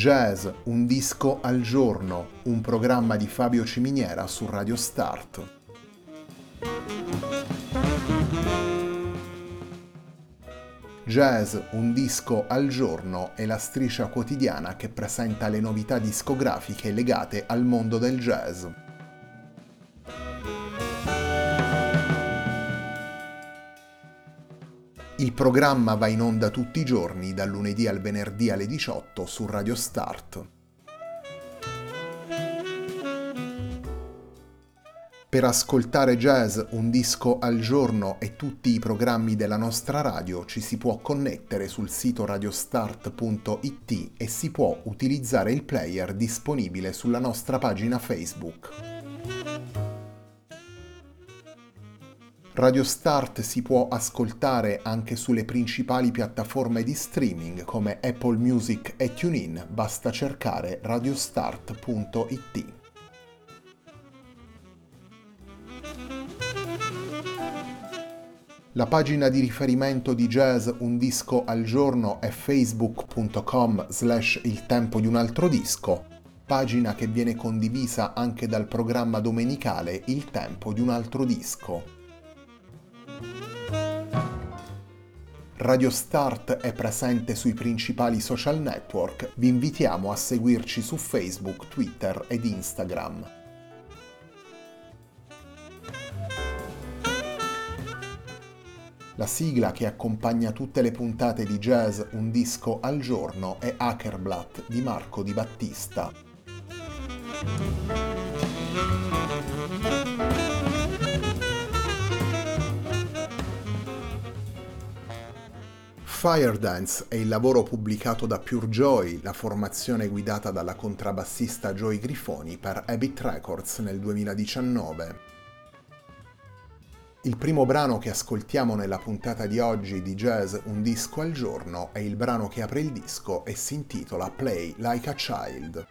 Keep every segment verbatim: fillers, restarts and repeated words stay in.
Jazz, un disco al giorno, un programma di Fabio Ciminiera su Radio Start. Jazz, un disco al giorno è la striscia quotidiana che presenta le novità discografiche legate al mondo del jazz. Il programma va in onda tutti i giorni, dal lunedì al venerdì alle diciotto su Radio Start. Per ascoltare Jazz, un disco al giorno e tutti i programmi della nostra radio ci si può connettere sul sito radiostart punto it e si può utilizzare il player disponibile sulla nostra pagina Facebook. Radio Start si può ascoltare anche sulle principali piattaforme di streaming come Apple Music e TuneIn, basta cercare radiostart punto it. La pagina di riferimento di Jazz Un Disco al Giorno è facebook punto com slash il tempo di un altro disco, pagina che viene condivisa anche dal programma domenicale Il tempo di un altro disco. Radio Start è presente sui principali social network, vi invitiamo a seguirci su Facebook, Twitter ed Instagram. La sigla che accompagna tutte le puntate di Jazz Un Disco al Giorno è Hackerblatt di Marco Di Battista. Firedance è il lavoro pubblicato da Pure Joy, la formazione guidata dalla contrabbassista Joy Grifoni per Habit Records nel duemiladiciannove. Il primo brano che ascoltiamo nella puntata di oggi di Jazz Un Disco al Giorno è il brano che apre il disco e si intitola Play Like a Child.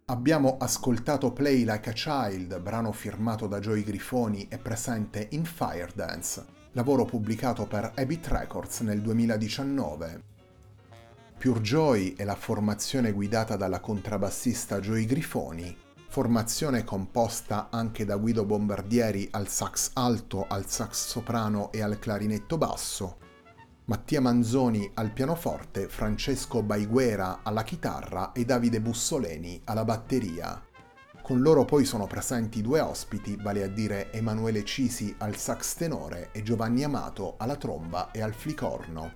Abbiamo ascoltato Play Like a Child, brano firmato da Joey Grifoni e presente in Firedance, lavoro pubblicato per Habit Records nel duemiladiciannove. Pure Joy è la formazione guidata dalla contrabbassista Joey Grifoni, formazione composta anche da Guido Bombardieri al sax alto, al sax soprano e al clarinetto basso, Mattia Manzoni al pianoforte, Francesco Baiguera alla chitarra e Davide Bussoleni alla batteria. Con loro poi sono presenti due ospiti, vale a dire Emanuele Cisi al sax tenore e Giovanni Amato alla tromba e al flicorno.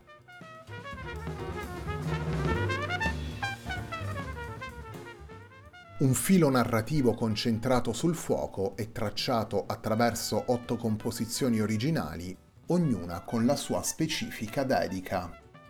Un filo narrativo concentrato sul fuoco e tracciato attraverso otto composizioni originali, ognuna con la sua specifica dedica.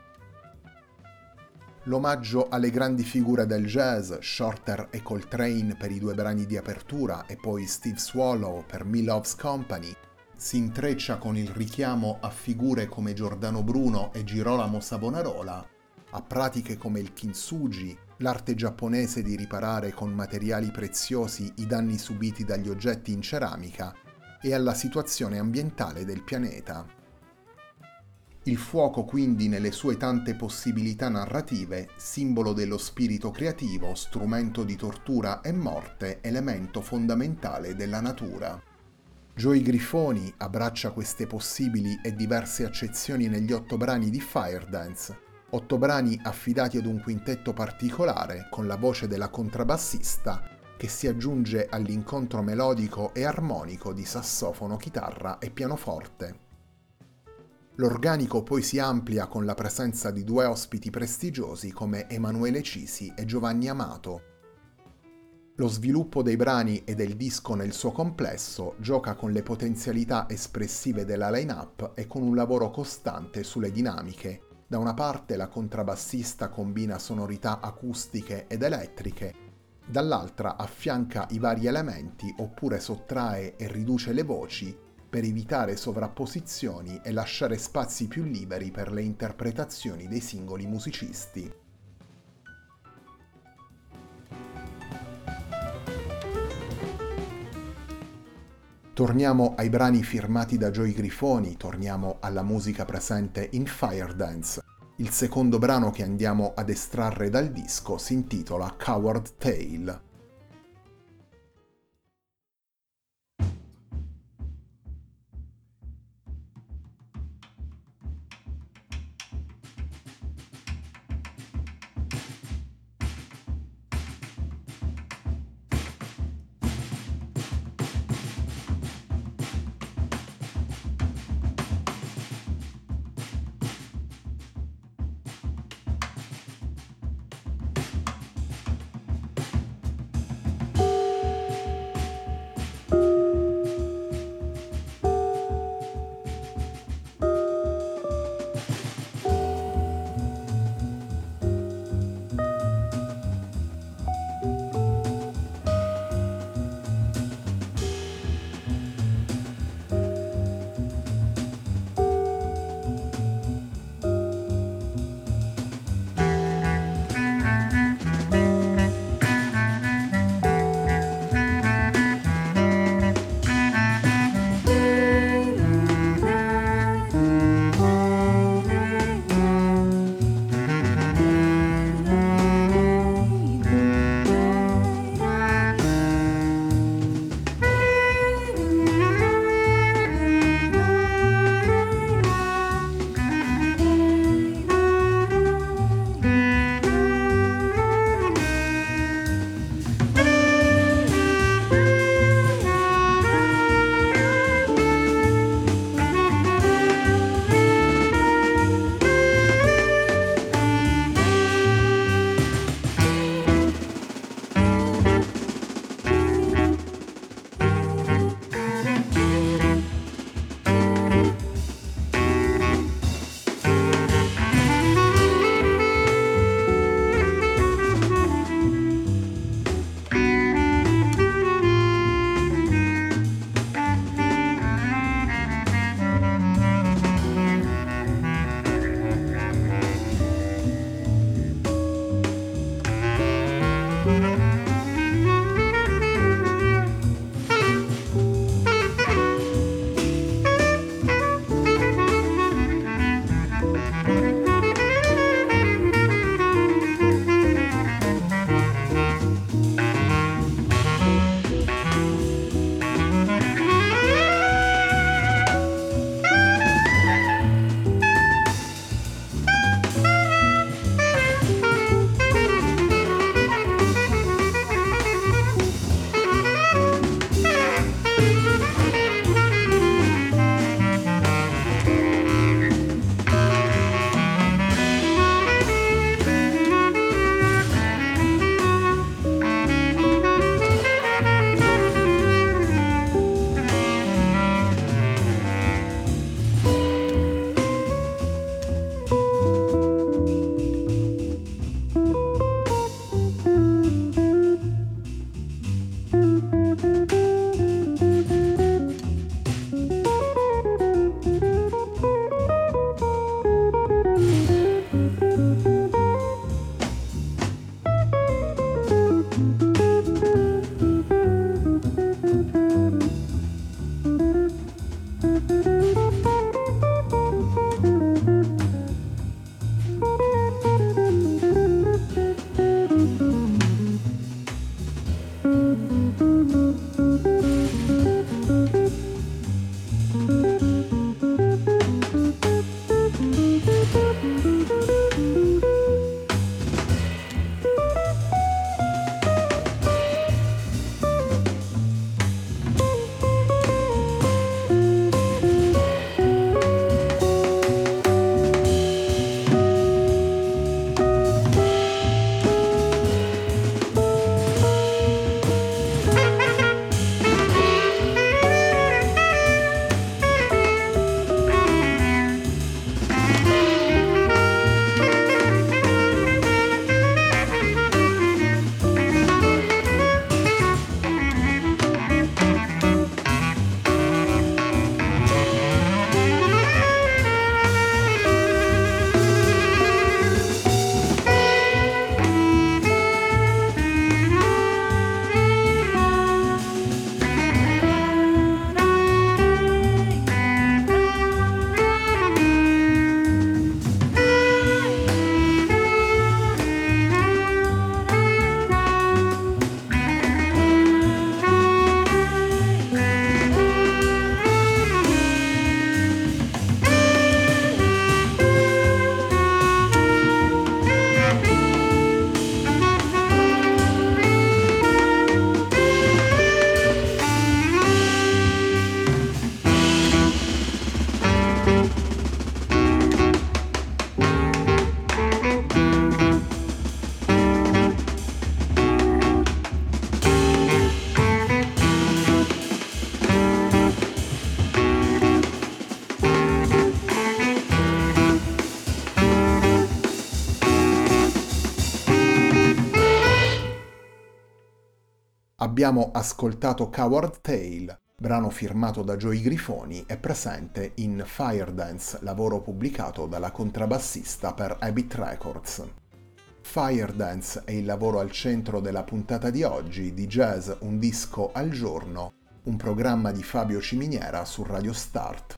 L'omaggio alle grandi figure del jazz, Shorter e Coltrane per i due brani di apertura e poi Steve Swallow per Me Loves Company, si intreccia con il richiamo a figure come Giordano Bruno e Girolamo Savonarola, a pratiche come il kintsugi, l'arte giapponese di riparare con materiali preziosi i danni subiti dagli oggetti in ceramica, e alla situazione ambientale del pianeta. Il fuoco quindi nelle sue tante possibilità narrative, simbolo dello spirito creativo, strumento di tortura e morte, elemento fondamentale della natura. Joey Grifoni abbraccia queste possibili e diverse accezioni negli otto brani di Firedance, otto brani affidati ad un quintetto particolare con la voce della contrabbassista che si aggiunge all'incontro melodico e armonico di sassofono, chitarra e pianoforte. L'organico poi si amplia con la presenza di due ospiti prestigiosi come Emanuele Cisi e Giovanni Amato. Lo sviluppo dei brani e del disco nel suo complesso gioca con le potenzialità espressive della line-up e con un lavoro costante sulle dinamiche. Da una parte la contrabbassista combina sonorità acustiche ed elettriche, dall'altra affianca i vari elementi oppure sottrae e riduce le voci per evitare sovrapposizioni e lasciare spazi più liberi per le interpretazioni dei singoli musicisti. Torniamo ai brani firmati da Joey Grifoni, torniamo alla musica presente in Firedance. Il secondo brano che andiamo ad estrarre dal disco si intitola Coward Tale. Abbiamo ascoltato Coward Tale, brano firmato da Joey Grifoni e presente in Fire Dance, lavoro pubblicato dalla contrabbassista per Habit Records. Fire Dance è il lavoro al centro della puntata di oggi di Jazz Un Disco al Giorno, un programma di Fabio Ciminiera su Radio Start.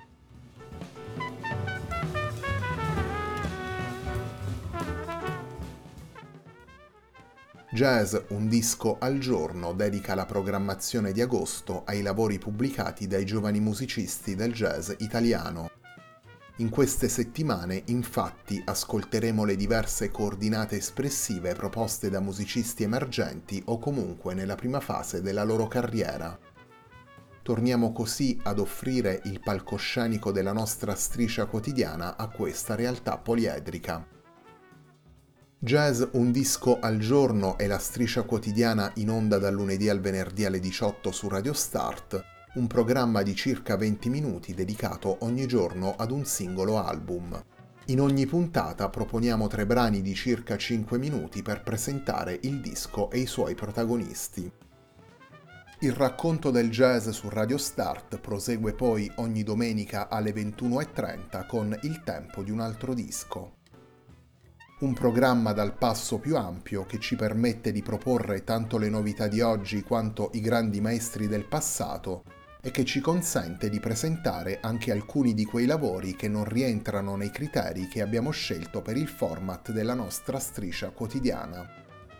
Jazz Un Disco al Giorno dedica la programmazione di agosto ai lavori pubblicati dai giovani musicisti del jazz italiano. In queste settimane, infatti, ascolteremo le diverse coordinate espressive proposte da musicisti emergenti o comunque nella prima fase della loro carriera. Torniamo così ad offrire il palcoscenico della nostra striscia quotidiana a questa realtà poliedrica. Jazz Un Disco al Giorno è la striscia quotidiana in onda dal lunedì al venerdì alle diciotto su Radio Start, un programma di circa venti minuti dedicato ogni giorno ad un singolo album. In ogni puntata proponiamo tre brani di circa cinque minuti per presentare il disco e i suoi protagonisti. Il racconto del jazz su Radio Start prosegue poi ogni domenica alle ventuno e trenta con Il tempo di un altro disco. Un programma dal passo più ampio che ci permette di proporre tanto le novità di oggi quanto i grandi maestri del passato e che ci consente di presentare anche alcuni di quei lavori che non rientrano nei criteri che abbiamo scelto per il format della nostra striscia quotidiana.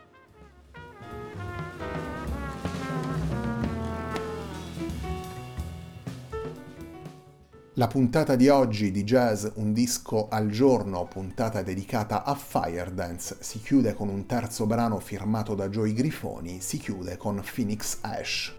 La puntata di oggi di Jazz Un Disco al Giorno, puntata dedicata a Fire Dance, si chiude con un terzo brano firmato da Joey Grifoni, si chiude con Phoenix Ash.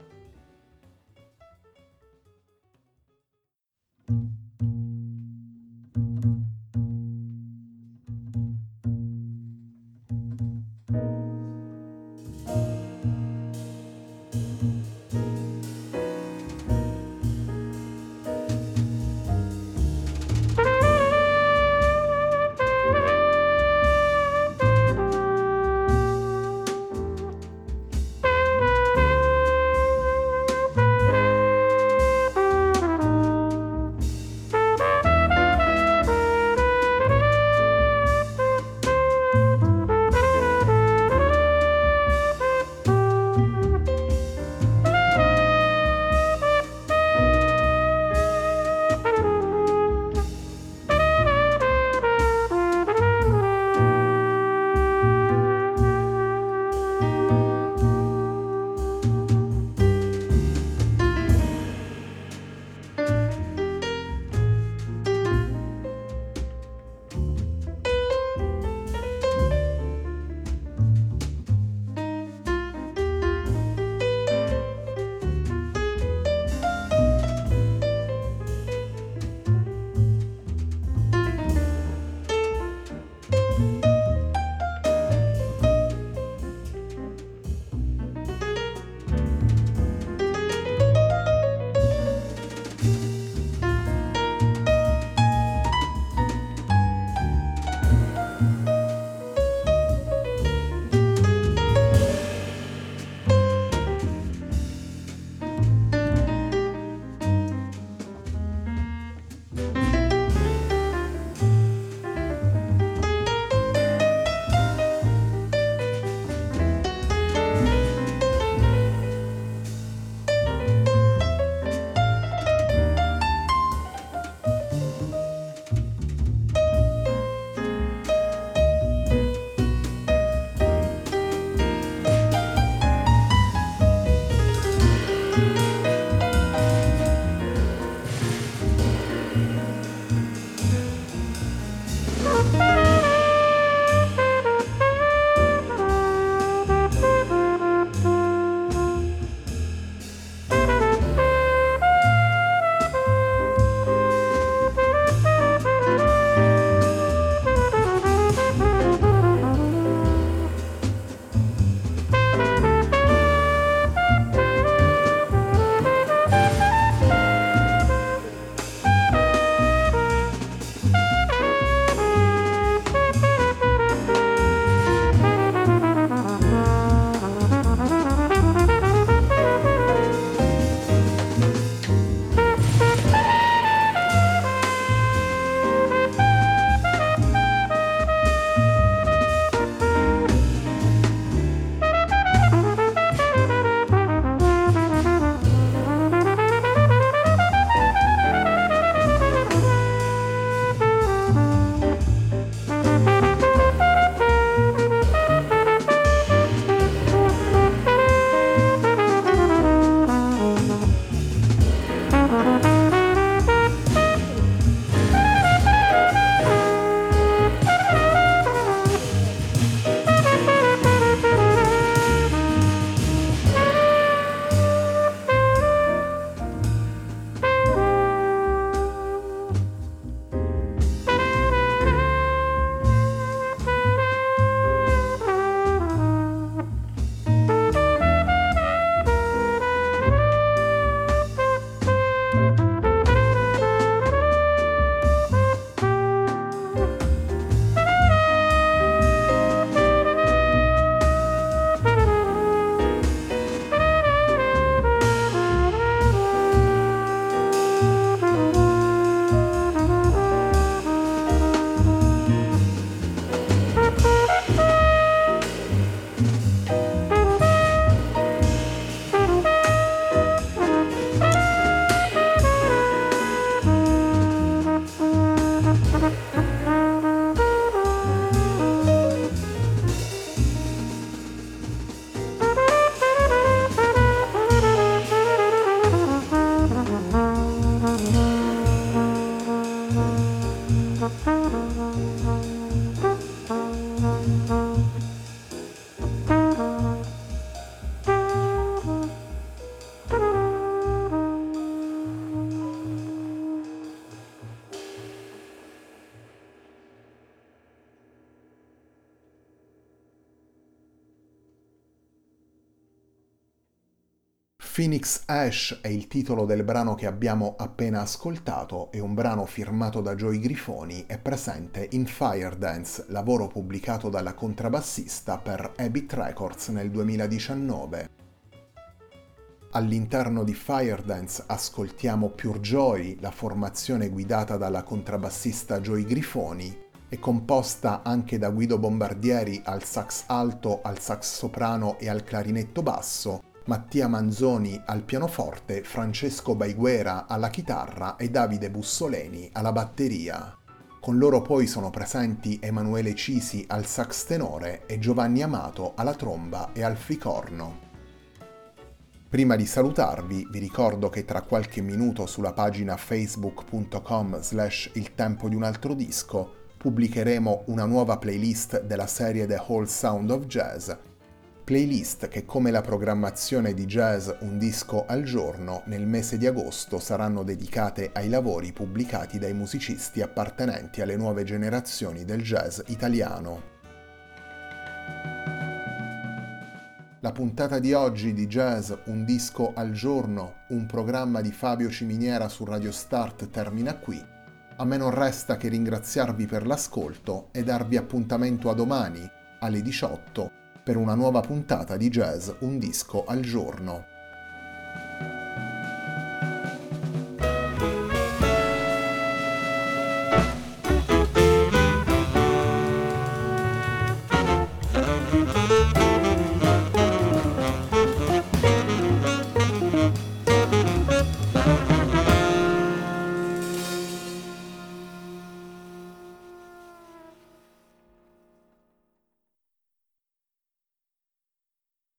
Phoenix Ash è il titolo del brano che abbiamo appena ascoltato, è un brano firmato da Joy Grifoni e presente in Fire Dance, lavoro pubblicato dalla contrabbassista per Habit Records nel duemiladiciannove. All'interno di Fire Dance ascoltiamo Pure Joy, la formazione guidata dalla contrabbassista Joy Grifoni, è composta anche da Guido Bombardieri al sax alto, al sax soprano e al clarinetto basso, Mattia Manzoni al pianoforte, Francesco Baiguera alla chitarra e Davide Bussoleni alla batteria. Con loro poi sono presenti Emanuele Cisi al sax tenore e Giovanni Amato alla tromba e al flicorno. Prima di salutarvi, vi ricordo che tra qualche minuto sulla pagina facebook punto com slash il tempo di un altro disco pubblicheremo una nuova playlist della serie The Whole Sound of Jazz, playlist che come la programmazione di Jazz Un disco al giorno nel mese di agosto saranno dedicate ai lavori pubblicati dai musicisti appartenenti alle nuove generazioni del jazz italiano. La puntata di oggi di Jazz Un disco al giorno, un programma di Fabio Ciminiera su Radio Start termina qui. A me non resta che ringraziarvi per l'ascolto e darvi appuntamento a domani alle diciotto per una nuova puntata di Jazz Un disco al giorno.